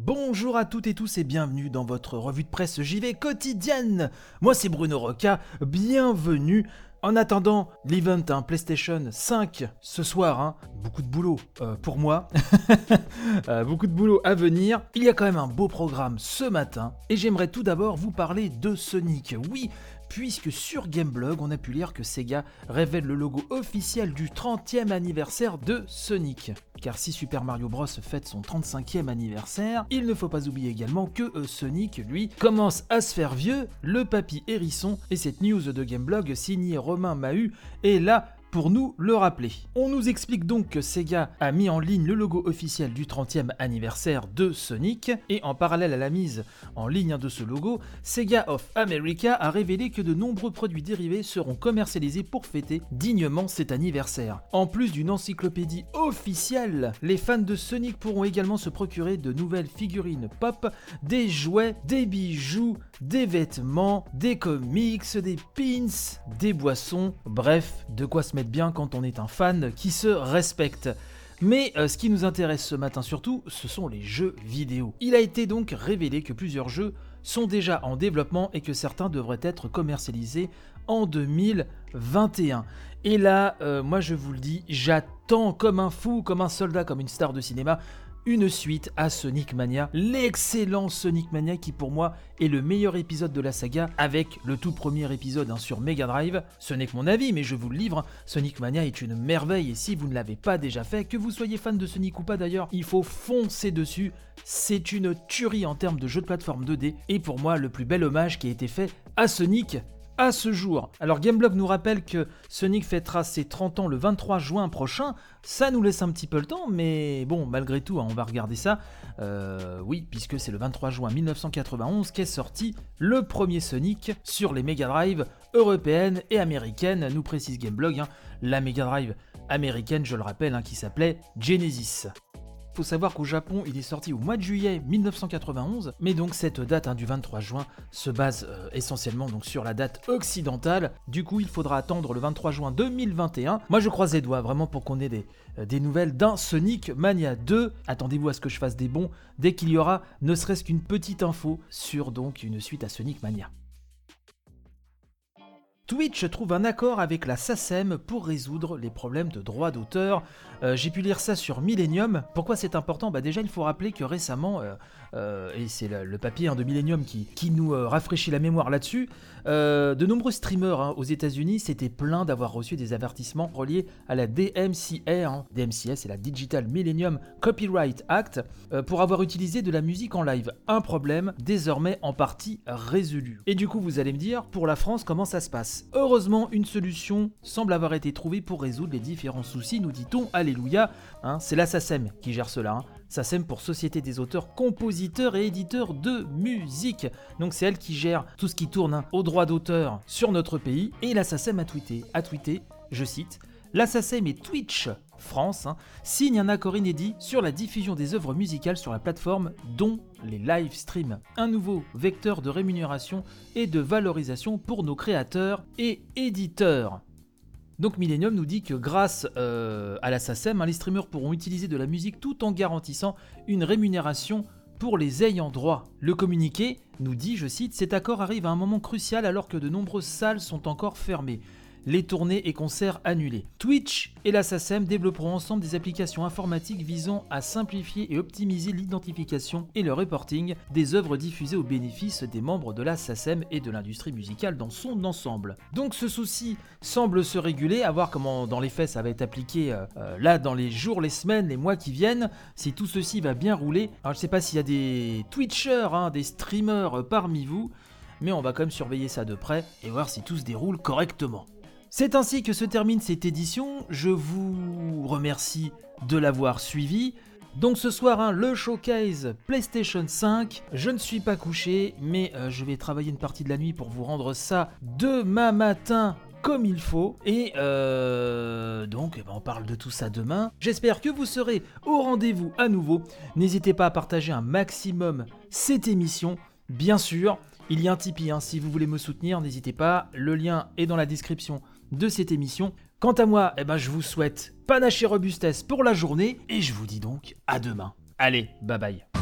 Bonjour à toutes et tous et bienvenue dans votre revue de presse JV quotidienne. Moi c'est Bruno Roca, bienvenue. En attendant l'event PlayStation 5 ce soir, beaucoup de boulot pour moi, beaucoup de boulot à venir. Il y a quand même un beau programme ce matin et j'aimerais tout d'abord vous parler de Sonic. Oui, puisque sur Gameblog, on a pu lire que Sega révèle le logo officiel du 30e anniversaire de Sonic. Car si Super Mario Bros fête son 35e anniversaire, il ne faut pas oublier également que Sonic, lui, commence à se faire vieux, le papy hérisson, et cette news de Gameblog signée Romain Mahut est là pour nous le rappeler. On nous explique donc que Sega a mis en ligne le logo officiel du 30e anniversaire de Sonic, et en parallèle à la mise en ligne de ce logo, Sega of America a révélé que de nombreux produits dérivés seront commercialisés pour fêter dignement cet anniversaire. En plus d'une encyclopédie officielle, les fans de Sonic pourront également se procurer de nouvelles figurines pop, des jouets, des bijoux, des vêtements, des comics, des pins, des boissons, bref, de quoi se mettre bien quand on est un fan qui se respecte. Mais ce qui nous intéresse ce matin surtout, ce sont les jeux vidéo. Il a été donc révélé que plusieurs jeux sont déjà en développement et que certains devraient être commercialisés en 2021. Et là, moi je vous le dis, j'attends comme un fou, comme un soldat, comme une star de cinéma, une suite à Sonic Mania, l'excellent Sonic Mania qui pour moi est le meilleur épisode de la saga avec le tout premier épisode sur Mega Drive. Ce n'est que mon avis mais je vous le livre, Sonic Mania est une merveille et si vous ne l'avez pas déjà fait, que vous soyez fan de Sonic ou pas d'ailleurs, il faut foncer dessus, c'est une tuerie en termes de jeu de plateforme 2D et pour moi le plus bel hommage qui a été fait à Sonic à ce jour. Alors Gameblog nous rappelle que Sonic fêtera ses 30 ans le 23 juin prochain, ça nous laisse un petit peu le temps, mais bon, malgré tout, on va regarder ça. Oui, puisque c'est le 23 juin 1991 qu'est sorti le premier Sonic sur les Mega Drive européennes et américaines, nous précise Gameblog, la Mega Drive américaine, je le rappelle, qui s'appelait Genesis. Faut savoir qu'au Japon, il est sorti au mois de juillet 1991, mais donc cette date du 23 juin se base essentiellement donc sur la date occidentale. Du coup, il faudra attendre le 23 juin 2021. Moi, je croise les doigts vraiment pour qu'on ait des nouvelles d'un Sonic Mania 2. Attendez-vous à ce que je fasse des bons dès qu'il y aura ne serait-ce qu'une petite info sur donc une suite à Sonic Mania. Twitch trouve un accord avec la SACEM pour résoudre les problèmes de droits d'auteur. J'ai pu lire ça sur Millennium. Pourquoi c'est important ? Déjà, il faut rappeler que récemment, et c'est le papier de Millennium qui nous rafraîchit la mémoire là-dessus, de nombreux streamers aux États-Unis s'étaient plaints d'avoir reçu des avertissements reliés à la DMCA. DMCA, c'est la Digital Millennium Copyright Act, pour avoir utilisé de la musique en live. Un problème désormais en partie résolu. Et du coup, vous allez me dire, pour la France, comment ça se passe ? Heureusement, une solution semble avoir été trouvée pour résoudre les différents soucis, nous dit-on, alléluia, c'est la SACEM qui gère cela, SACEM pour Société des auteurs, compositeurs et éditeurs de musique. Donc c'est elle qui gère tout ce qui tourne aux droits d'auteur sur notre pays, et la SACEM a tweeté, je cite, la SACEM et Twitch France signent un accord inédit sur la diffusion des œuvres musicales sur la plateforme, dont les live streams, un nouveau vecteur de rémunération et de valorisation pour nos créateurs et éditeurs. Donc Millennium nous dit que grâce à la SACEM, les streamers pourront utiliser de la musique tout en garantissant une rémunération pour les ayants droit. Le communiqué nous dit, je cite, cet accord arrive à un moment crucial alors que de nombreuses salles sont encore fermées. Les tournées et concerts annulés. Twitch et la SACEM développeront ensemble des applications informatiques visant à simplifier et optimiser l'identification et le reporting des œuvres diffusées au bénéfice des membres de la SACEM et de l'industrie musicale dans son ensemble. Donc ce souci semble se réguler, à voir comment dans les faits ça va être appliqué là dans les jours, les semaines, les mois qui viennent, si tout ceci va bien rouler. Alors je sais pas s'il y a des Twitchers, des streamers parmi vous, mais on va quand même surveiller ça de près et voir si tout se déroule correctement. C'est ainsi que se termine cette édition, je vous remercie de l'avoir suivi. Donc ce soir, le showcase PlayStation 5, je ne suis pas couché, mais je vais travailler une partie de la nuit pour vous rendre ça demain matin comme il faut, et donc on parle de tout ça demain. J'espère que vous serez au rendez-vous à nouveau, n'hésitez pas à partager un maximum cette émission, bien sûr. Il y a un Tipeee, si vous voulez me soutenir, n'hésitez pas, le lien est dans la description de cette émission. Quant à moi, je vous souhaite panache et robustesse pour la journée, et je vous dis donc à demain. Allez, bye bye.